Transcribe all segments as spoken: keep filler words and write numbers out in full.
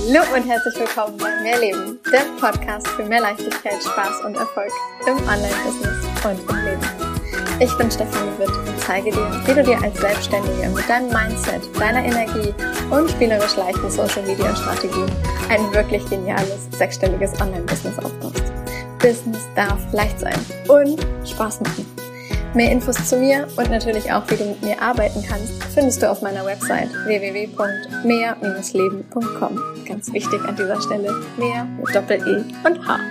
Hallo und herzlich willkommen bei Mehr Leben, der Podcast für mehr Leichtigkeit, Spaß und Erfolg im Online-Business und im Leben. Ich bin Stefanie Witt und zeige dir, wie du dir als Selbstständige mit deinem Mindset, deiner Energie und spielerisch leichten Social-Media-Strategien ein wirklich geniales, sechsstelliges Online-Business aufbaust. Business darf leicht sein und Spaß machen. Mehr Infos zu mir und natürlich auch, wie du mit mir arbeiten kannst, findest du auf meiner Website w w w punkt mehr Bindestrich leben punkt com. Ganz wichtig an dieser Stelle, mehr mit Doppel-E und H.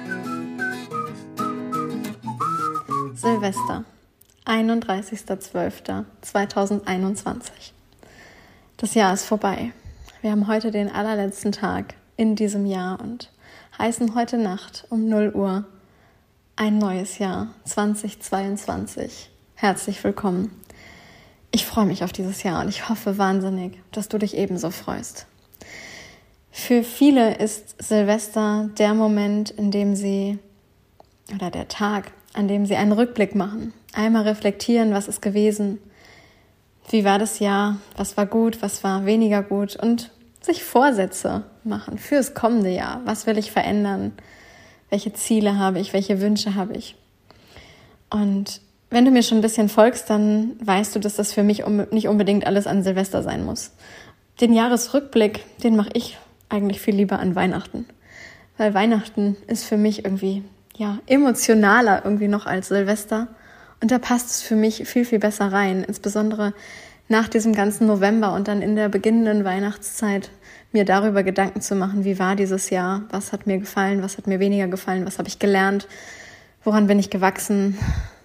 Silvester, einunddreißigster zwölfter zweitausendeinundzwanzig. Das Jahr ist vorbei. Wir haben heute den allerletzten Tag in diesem Jahr und heißen heute Nacht um null Uhr ein neues Jahr zweitausendzweiundzwanzig. Herzlich willkommen. Ich freue mich auf dieses Jahr und ich hoffe wahnsinnig, dass du dich ebenso freust. Für viele ist Silvester der Moment, in dem sie, oder der Tag, an dem sie einen Rückblick machen. Einmal reflektieren, was ist gewesen, wie war das Jahr, was war gut, was war weniger gut und sich Vorsätze machen fürs kommende Jahr. Was will ich verändern? Welche Ziele habe ich? Welche Wünsche habe ich? Und wenn du mir schon ein bisschen folgst, dann weißt du, dass das für mich nicht unbedingt alles an Silvester sein muss. Den Jahresrückblick, den mache ich eigentlich viel lieber an Weihnachten. Weil Weihnachten ist für mich irgendwie ja emotionaler irgendwie noch als Silvester. Und da passt es für mich viel, viel besser rein. Insbesondere nach diesem ganzen November und dann in der beginnenden Weihnachtszeit mir darüber Gedanken zu machen, wie war dieses Jahr, was hat mir gefallen, was hat mir weniger gefallen, was habe ich gelernt, woran bin ich gewachsen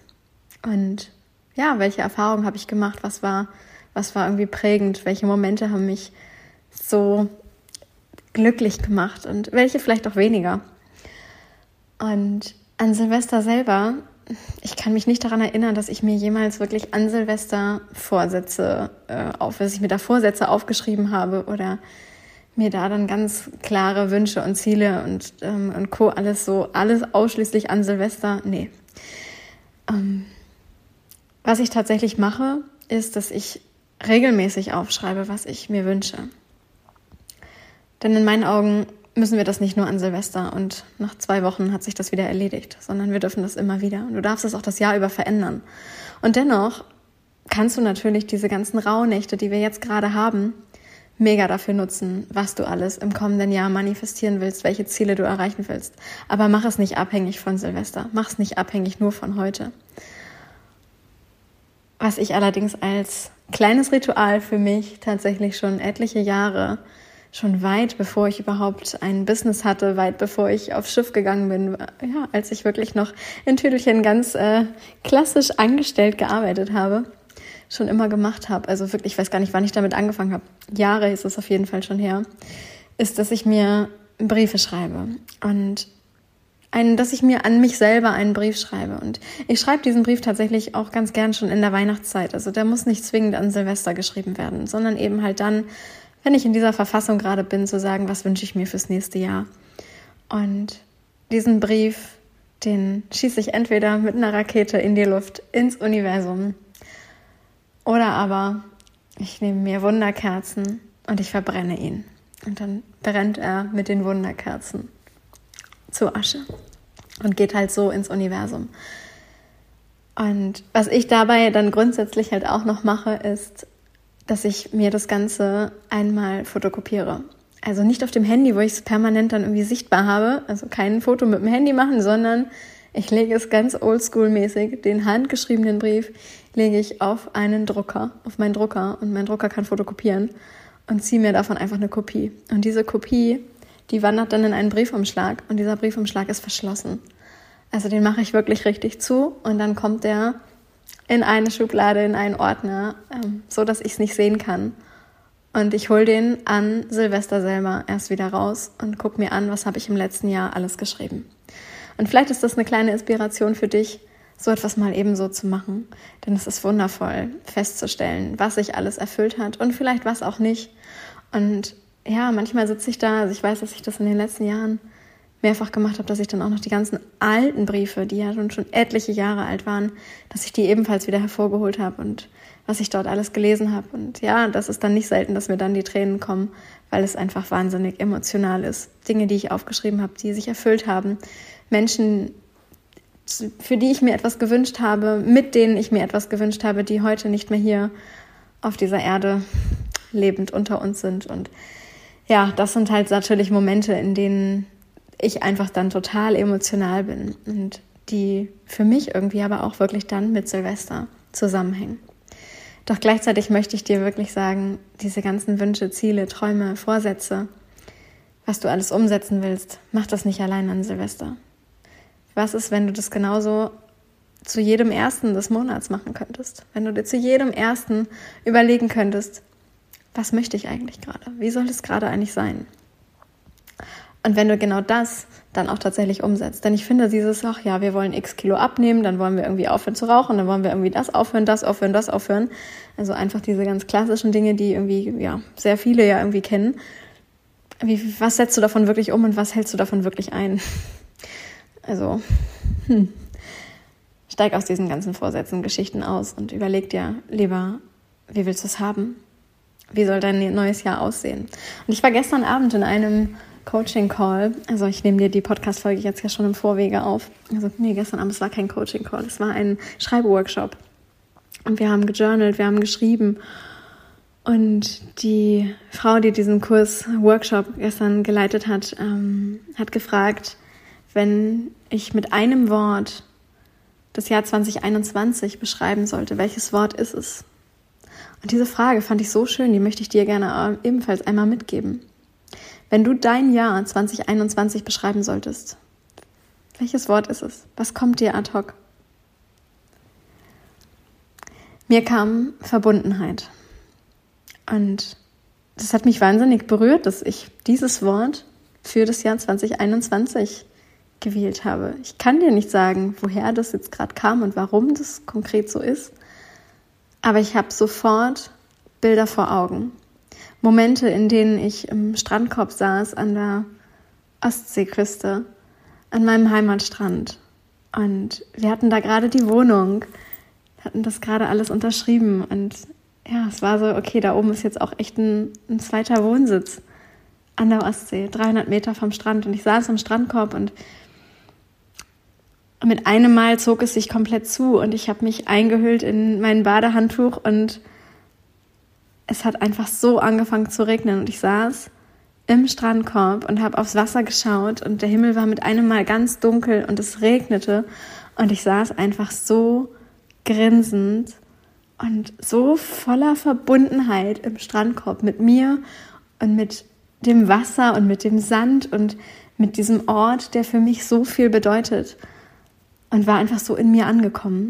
und ja, welche Erfahrungen habe ich gemacht, was war, was war irgendwie prägend, welche Momente haben mich so glücklich gemacht und welche vielleicht auch weniger. Und an Silvester selber, ich kann mich nicht daran erinnern, dass ich mir jemals wirklich an Silvester Vorsätze, äh, auf, dass ich mir da Vorsätze aufgeschrieben habe oder mir da dann ganz klare Wünsche und Ziele und, ähm, und Co. alles so, alles ausschließlich an Silvester, nee. Ähm, was ich tatsächlich mache, ist, dass ich regelmäßig aufschreibe, was ich mir wünsche. Denn in meinen Augen müssen wir das nicht nur an Silvester und nach zwei Wochen hat sich das wieder erledigt, sondern wir dürfen das immer wieder. Und du darfst es auch das Jahr über verändern. Und dennoch kannst du natürlich diese ganzen Rauhnächte, die wir jetzt gerade haben, mega dafür nutzen, was du alles im kommenden Jahr manifestieren willst, welche Ziele du erreichen willst. Aber mach es nicht abhängig von Silvester. Mach es nicht abhängig nur von heute. Was ich allerdings als kleines Ritual für mich tatsächlich schon etliche Jahre, schon weit bevor ich überhaupt ein Business hatte, weit bevor ich aufs Schiff gegangen bin, ja, als ich wirklich noch in Tüdelchen ganz äh, klassisch angestellt gearbeitet habe, schon immer gemacht habe, also wirklich, ich weiß gar nicht, wann ich damit angefangen habe, Jahre ist es auf jeden Fall schon her, ist, dass ich mir Briefe schreibe und ein, dass ich mir an mich selber einen Brief schreibe. Und ich schreibe diesen Brief tatsächlich auch ganz gern schon in der Weihnachtszeit. Also der muss nicht zwingend an Silvester geschrieben werden, sondern eben halt dann, wenn ich in dieser Verfassung gerade bin, zu sagen, was wünsche ich mir fürs nächste Jahr. Und diesen Brief, den schieße ich entweder mit einer Rakete in die Luft, ins Universum, oder aber ich nehme mir Wunderkerzen und ich verbrenne ihn. Und dann brennt er mit den Wunderkerzen zu Asche und geht halt so ins Universum. Und was ich dabei dann grundsätzlich halt auch noch mache, ist, dass ich mir das Ganze einmal fotokopiere. Also nicht auf dem Handy, wo ich es permanent dann irgendwie sichtbar habe, also kein Foto mit dem Handy machen, sondern ich lege es ganz oldschool-mäßig, den handgeschriebenen Brief lege ich auf einen Drucker, auf meinen Drucker und mein Drucker kann fotokopieren und ziehe mir davon einfach eine Kopie. Und diese Kopie, die wandert dann in einen Briefumschlag und dieser Briefumschlag ist verschlossen. Also den mache ich wirklich richtig zu und dann kommt der in eine Schublade, in einen Ordner, ähm, so dass ich es nicht sehen kann. Und ich hole den an Silvester selber erst wieder raus und gucke mir an, was habe ich im letzten Jahr alles geschrieben. Und vielleicht ist das eine kleine Inspiration für dich, so etwas mal eben so zu machen. Denn es ist wundervoll, festzustellen, was sich alles erfüllt hat und vielleicht was auch nicht. Und ja, manchmal sitze ich da, also ich weiß, dass ich das in den letzten Jahren mehrfach gemacht habe, dass ich dann auch noch die ganzen alten Briefe, die ja schon, schon etliche Jahre alt waren, dass ich die ebenfalls wieder hervorgeholt habe und was ich dort alles gelesen habe. Und ja, das ist dann nicht selten, dass mir dann die Tränen kommen, weil es einfach wahnsinnig emotional ist. Dinge, die ich aufgeschrieben habe, die sich erfüllt haben. Menschen, für die ich mir etwas gewünscht habe, mit denen ich mir etwas gewünscht habe, die heute nicht mehr hier auf dieser Erde lebend unter uns sind. Und ja, das sind halt natürlich Momente, in denen ich einfach dann total emotional bin und die für mich irgendwie aber auch wirklich dann mit Silvester zusammenhängen. Doch gleichzeitig möchte ich dir wirklich sagen, diese ganzen Wünsche, Ziele, Träume, Vorsätze, was du alles umsetzen willst, mach das nicht allein an Silvester. Was ist, wenn du das genauso zu jedem ersten des Monats machen könntest? Wenn du dir zu jedem ersten überlegen könntest, was möchte ich eigentlich gerade? Wie soll es gerade eigentlich sein? Und wenn du genau das dann auch tatsächlich umsetzt. Denn ich finde dieses, ach ja, wir wollen x Kilo abnehmen, dann wollen wir irgendwie aufhören zu rauchen, dann wollen wir irgendwie das aufhören, das aufhören, das aufhören. Also einfach diese ganz klassischen Dinge, die irgendwie, ja, sehr viele ja irgendwie kennen. Wie, was setzt du davon wirklich um und was hältst du davon wirklich ein? Also, hm. Steig aus diesen ganzen Vorsätzen, Geschichten aus und überleg dir lieber, wie willst du es haben? Wie soll dein neues Jahr aussehen? Und ich war gestern Abend in einem Coaching-Call, also ich nehme dir die Podcast-Folge jetzt ja schon im Vorwege auf. Also nee, gestern Abend, es war kein Coaching-Call, es war ein Schreibworkshop. Und wir haben gejournalt, wir haben geschrieben. Und die Frau, die diesen Kurs, Workshop gestern geleitet hat, ähm, hat gefragt, wenn ich mit einem Wort das Jahr zwanzig einundzwanzig beschreiben sollte, welches Wort ist es? Und diese Frage fand ich so schön, die möchte ich dir gerne ebenfalls einmal mitgeben. Wenn du dein Jahr zwanzig einundzwanzig beschreiben solltest, welches Wort ist es? Was kommt dir ad hoc? Mir kam Verbundenheit. Und das hat mich wahnsinnig berührt, dass ich dieses Wort für das Jahr zwanzig einundzwanzig gewählt habe. Ich kann dir nicht sagen, woher das jetzt gerade kam und warum das konkret so ist. Aber ich habe sofort Bilder vor Augen. Momente, in denen ich im Strandkorb saß an der Ostseeküste, an meinem Heimatstrand. Und wir hatten da gerade die Wohnung, hatten das gerade alles unterschrieben. Und ja, es war so, okay, da oben ist jetzt auch echt ein, ein zweiter Wohnsitz an der Ostsee, dreihundert Meter vom Strand. Und ich saß im Strandkorb und mit einem Mal zog es sich komplett zu und ich habe mich eingehüllt in mein Badehandtuch und es hat einfach so angefangen zu regnen und ich saß im Strandkorb und habe aufs Wasser geschaut und der Himmel war mit einem Mal ganz dunkel und es regnete und ich saß einfach so grinsend und so voller Verbundenheit im Strandkorb mit mir und mit dem Wasser und mit dem Sand und mit diesem Ort, der für mich so viel bedeutet. Und war einfach so in mir angekommen.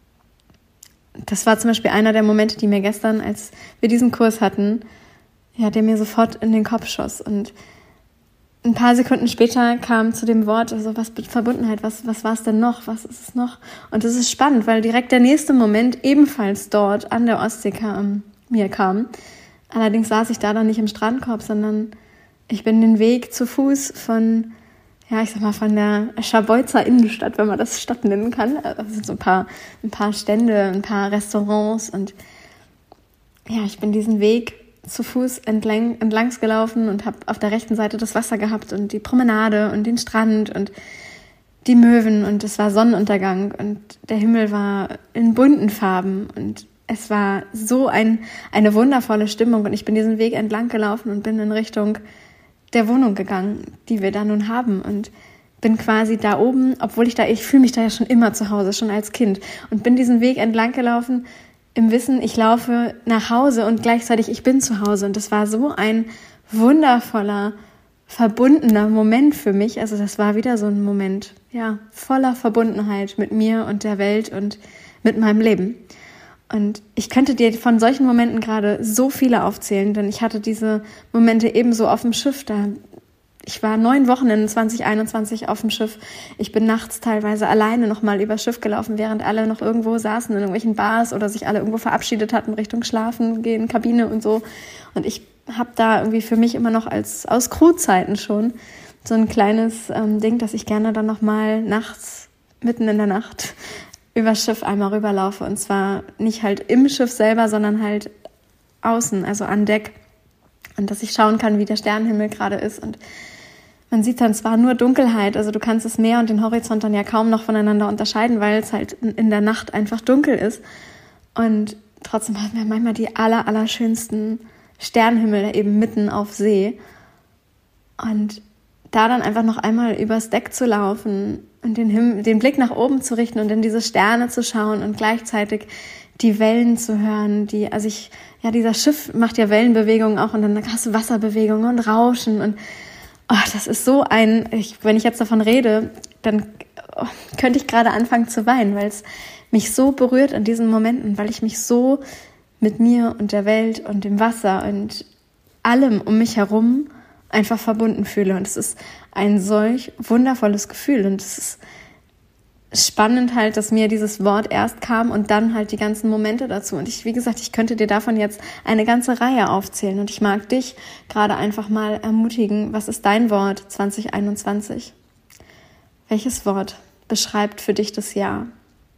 Das war zum Beispiel einer der Momente, die mir gestern, als wir diesen Kurs hatten, ja, der mir sofort in den Kopf schoss. Und ein paar Sekunden später kam zu dem Wort, also was mit Verbundenheit, was, was war es denn noch, was ist es noch? Und das ist spannend, weil direkt der nächste Moment ebenfalls dort an der Ostsee kam, mir kam. Allerdings saß ich da dann nicht im Strandkorb, sondern ich bin den Weg zu Fuß von ja, ich sag mal, von der Scharbeutzer Innenstadt, wenn man das Stadt nennen kann. Also sind so ein paar, ein paar Stände, ein paar Restaurants und ja, ich bin diesen Weg zu Fuß entlang, entlangs gelaufen und habe auf der rechten Seite das Wasser gehabt und die Promenade und den Strand und die Möwen und es war Sonnenuntergang und der Himmel war in bunten Farben und es war so ein, eine wundervolle Stimmung und ich bin diesen Weg entlang gelaufen und bin in Richtung der Wohnung gegangen, die wir da nun haben und bin quasi da oben, obwohl ich da, ich fühle mich da ja schon immer zu Hause, schon als Kind und bin diesen Weg entlang gelaufen im Wissen, ich laufe nach Hause und gleichzeitig ich bin zu Hause und das war so ein wundervoller, verbundener Moment für mich, also das war wieder so ein Moment, ja, voller Verbundenheit mit mir und der Welt und mit meinem Leben. Und ich könnte dir von solchen Momenten gerade so viele aufzählen, denn ich hatte diese Momente ebenso auf dem Schiff. Da ich war neun Wochen in zwanzig einundzwanzig auf dem Schiff. Ich bin nachts teilweise alleine nochmal übers Schiff gelaufen, während alle noch irgendwo saßen in irgendwelchen Bars oder sich alle irgendwo verabschiedet hatten Richtung Schlafen gehen, Kabine und so. Und ich habe da irgendwie für mich immer noch als aus Crewzeiten schon so ein kleines ähm, Ding, dass ich gerne dann nochmal nachts, mitten in der Nacht, übers Schiff einmal rüberlaufe. Und zwar nicht halt im Schiff selber, sondern halt außen, also an Deck. Und dass ich schauen kann, wie der Sternenhimmel gerade ist. Und man sieht dann zwar nur Dunkelheit, also du kannst das Meer und den Horizont dann ja kaum noch voneinander unterscheiden, weil es halt in der Nacht einfach dunkel ist. Und trotzdem haben wir manchmal die aller, aller schönsten Sternenhimmel eben mitten auf See. Und da dann einfach noch einmal übers Deck zu laufen und den, Himmel, den Blick nach oben zu richten und in diese Sterne zu schauen und gleichzeitig die Wellen zu hören, die, also ich, ja, dieser Schiff macht ja Wellenbewegungen auch und dann hast du Wasserbewegungen und Rauschen und oh, das ist so ein, ich, wenn ich jetzt davon rede, dann oh, könnte ich gerade anfangen zu weinen, weil es mich so berührt in diesen Momenten, weil ich mich so mit mir und der Welt und dem Wasser und allem um mich herum einfach verbunden fühle. Und es ist ein solch wundervolles Gefühl. Und es ist spannend halt, dass mir dieses Wort erst kam und dann halt die ganzen Momente dazu. Und ich, wie gesagt, ich könnte dir davon jetzt eine ganze Reihe aufzählen. Und ich mag dich gerade einfach mal ermutigen, was ist dein Wort zwanzig einundzwanzig? Welches Wort beschreibt für dich das Jahr?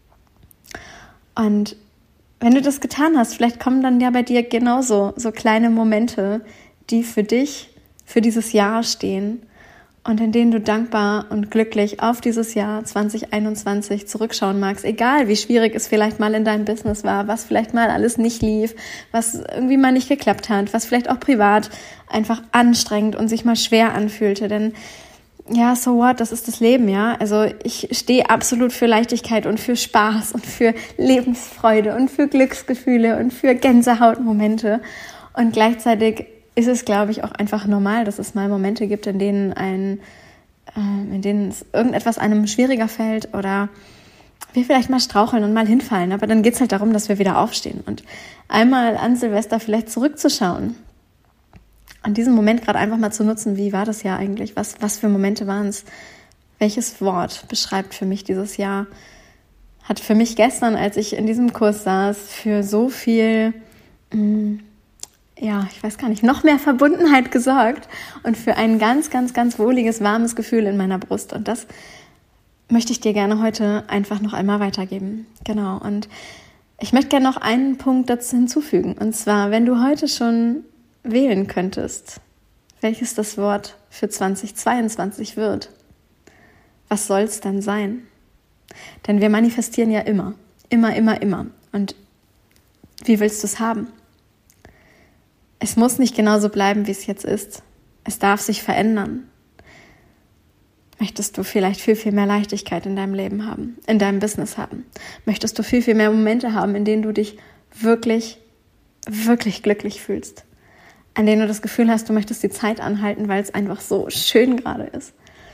Und wenn du das getan hast, vielleicht kommen dann ja bei dir genauso so kleine Momente, die für dich, für dieses Jahr stehen und in denen du dankbar und glücklich auf dieses Jahr zwanzig einundzwanzig zurückschauen magst, egal wie schwierig es vielleicht mal in deinem Business war, was vielleicht mal alles nicht lief, was irgendwie mal nicht geklappt hat, was vielleicht auch privat einfach anstrengend und sich mal schwer anfühlte, denn ja, so what, das ist das Leben, ja. Also ich stehe absolut für Leichtigkeit und für Spaß und für Lebensfreude und für Glücksgefühle und für Gänsehautmomente. Und gleichzeitig ist es, glaube ich, auch einfach normal, dass es mal Momente gibt, in denen ein, äh, in denen es irgendetwas einem schwieriger fällt oder wir vielleicht mal straucheln und mal hinfallen. Aber dann geht es halt darum, dass wir wieder aufstehen und einmal an Silvester vielleicht zurückzuschauen. An diesem Moment gerade einfach mal zu nutzen, wie war das Jahr eigentlich? Was, was für Momente waren es? Welches Wort beschreibt für mich dieses Jahr? Hat für mich gestern, als ich in diesem Kurs saß, für so viel, mh, ja, ich weiß gar nicht, noch mehr Verbundenheit gesorgt und für ein ganz, ganz, ganz wohliges, warmes Gefühl in meiner Brust. Und das möchte ich dir gerne heute einfach noch einmal weitergeben. Genau. Und ich möchte gerne noch einen Punkt dazu hinzufügen. Und zwar, wenn du heute schon wählen könntest, welches das Wort für zwanzig zweiundzwanzig wird, was soll es dann sein? Denn wir manifestieren ja immer, immer, immer, immer. Und wie willst du es haben? Es muss nicht genauso bleiben, wie es jetzt ist. Es darf sich verändern. Möchtest du vielleicht viel, viel mehr Leichtigkeit in deinem Leben haben, in deinem Business haben? Möchtest du viel, viel mehr Momente haben, in denen du dich wirklich, wirklich glücklich fühlst? An denen du das Gefühl hast, du möchtest die Zeit anhalten, weil es einfach so schön gerade ist.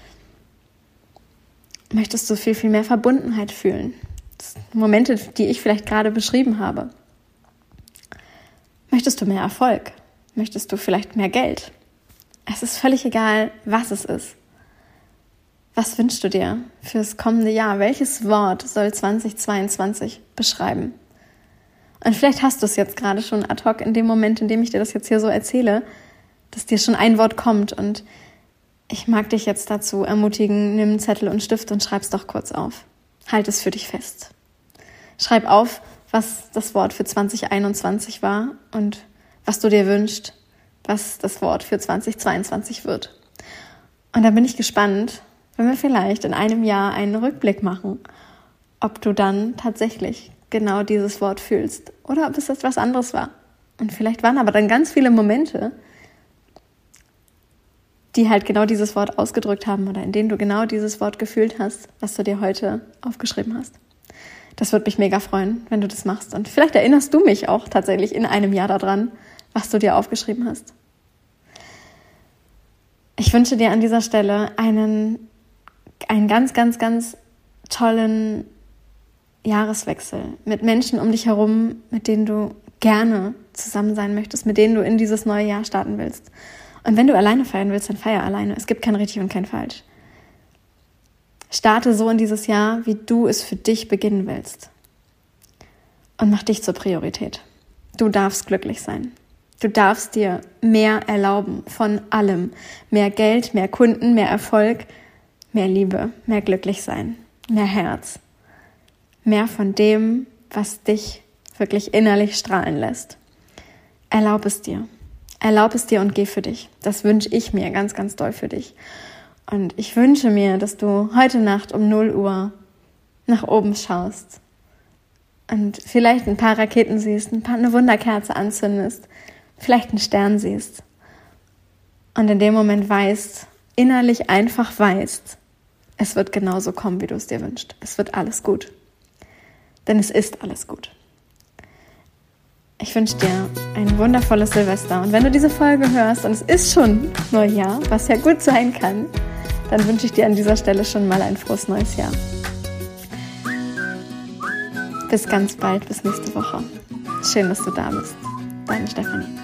Möchtest du viel, viel mehr Verbundenheit fühlen? Das sind Momente, die ich vielleicht gerade beschrieben habe. Möchtest du mehr Erfolg? Möchtest du vielleicht mehr Geld? Es ist völlig egal, was es ist. Was wünschst du dir fürs kommende Jahr? Welches Wort soll zwanzig zweiundzwanzig beschreiben? Und vielleicht hast du es jetzt gerade schon ad hoc in dem Moment, in dem ich dir das jetzt hier so erzähle, dass dir schon ein Wort kommt. Und ich mag dich jetzt dazu ermutigen, nimm einen Zettel und Stift und schreib es doch kurz auf. Halt es für dich fest. Schreib auf, was das Wort für zwanzig einundzwanzig war und was du dir wünschst, was das Wort für zwanzig zweiundzwanzig wird. Und dann bin ich gespannt, wenn wir vielleicht in einem Jahr einen Rückblick machen, ob du dann tatsächlich genau dieses Wort fühlst oder ob es etwas anderes war. Und vielleicht waren aber dann ganz viele Momente, die halt genau dieses Wort ausgedrückt haben oder in denen du genau dieses Wort gefühlt hast, was du dir heute aufgeschrieben hast. Das würde mich mega freuen, wenn du das machst. Und vielleicht erinnerst du mich auch tatsächlich in einem Jahr daran, was du dir aufgeschrieben hast. Ich wünsche dir an dieser Stelle einen, einen ganz, ganz, ganz tollen Jahreswechsel mit Menschen um dich herum, mit denen du gerne zusammen sein möchtest, mit denen du in dieses neue Jahr starten willst. Und wenn du alleine feiern willst, dann feier alleine. Es gibt kein richtig und kein falsch. Starte so in dieses Jahr, wie du es für dich beginnen willst. Und mach dich zur Priorität. Du darfst glücklich sein. Du darfst dir mehr erlauben von allem. Mehr Geld, mehr Kunden, mehr Erfolg, mehr Liebe, mehr glücklich sein, mehr Herz, mehr von dem, was dich wirklich innerlich strahlen lässt. Erlaub es dir. Erlaub es dir und geh für dich. Das wünsche ich mir ganz, ganz doll für dich. Und ich wünsche mir, dass du heute Nacht um null Uhr nach oben schaust und vielleicht ein paar Raketen siehst, ein paar, eine Wunderkerze anzündest, vielleicht einen Stern siehst und in dem Moment weißt, innerlich einfach weißt, es wird genauso kommen, wie du es dir wünschst. Es wird alles gut. Denn es ist alles gut. Ich wünsche dir ein wundervolles Silvester. Und wenn du diese Folge hörst und es ist schon Neujahr, was ja gut sein kann, dann wünsche ich dir an dieser Stelle schon mal ein frohes neues Jahr. Bis ganz bald, bis nächste Woche. Schön, dass du da bist. Deine Stefanie.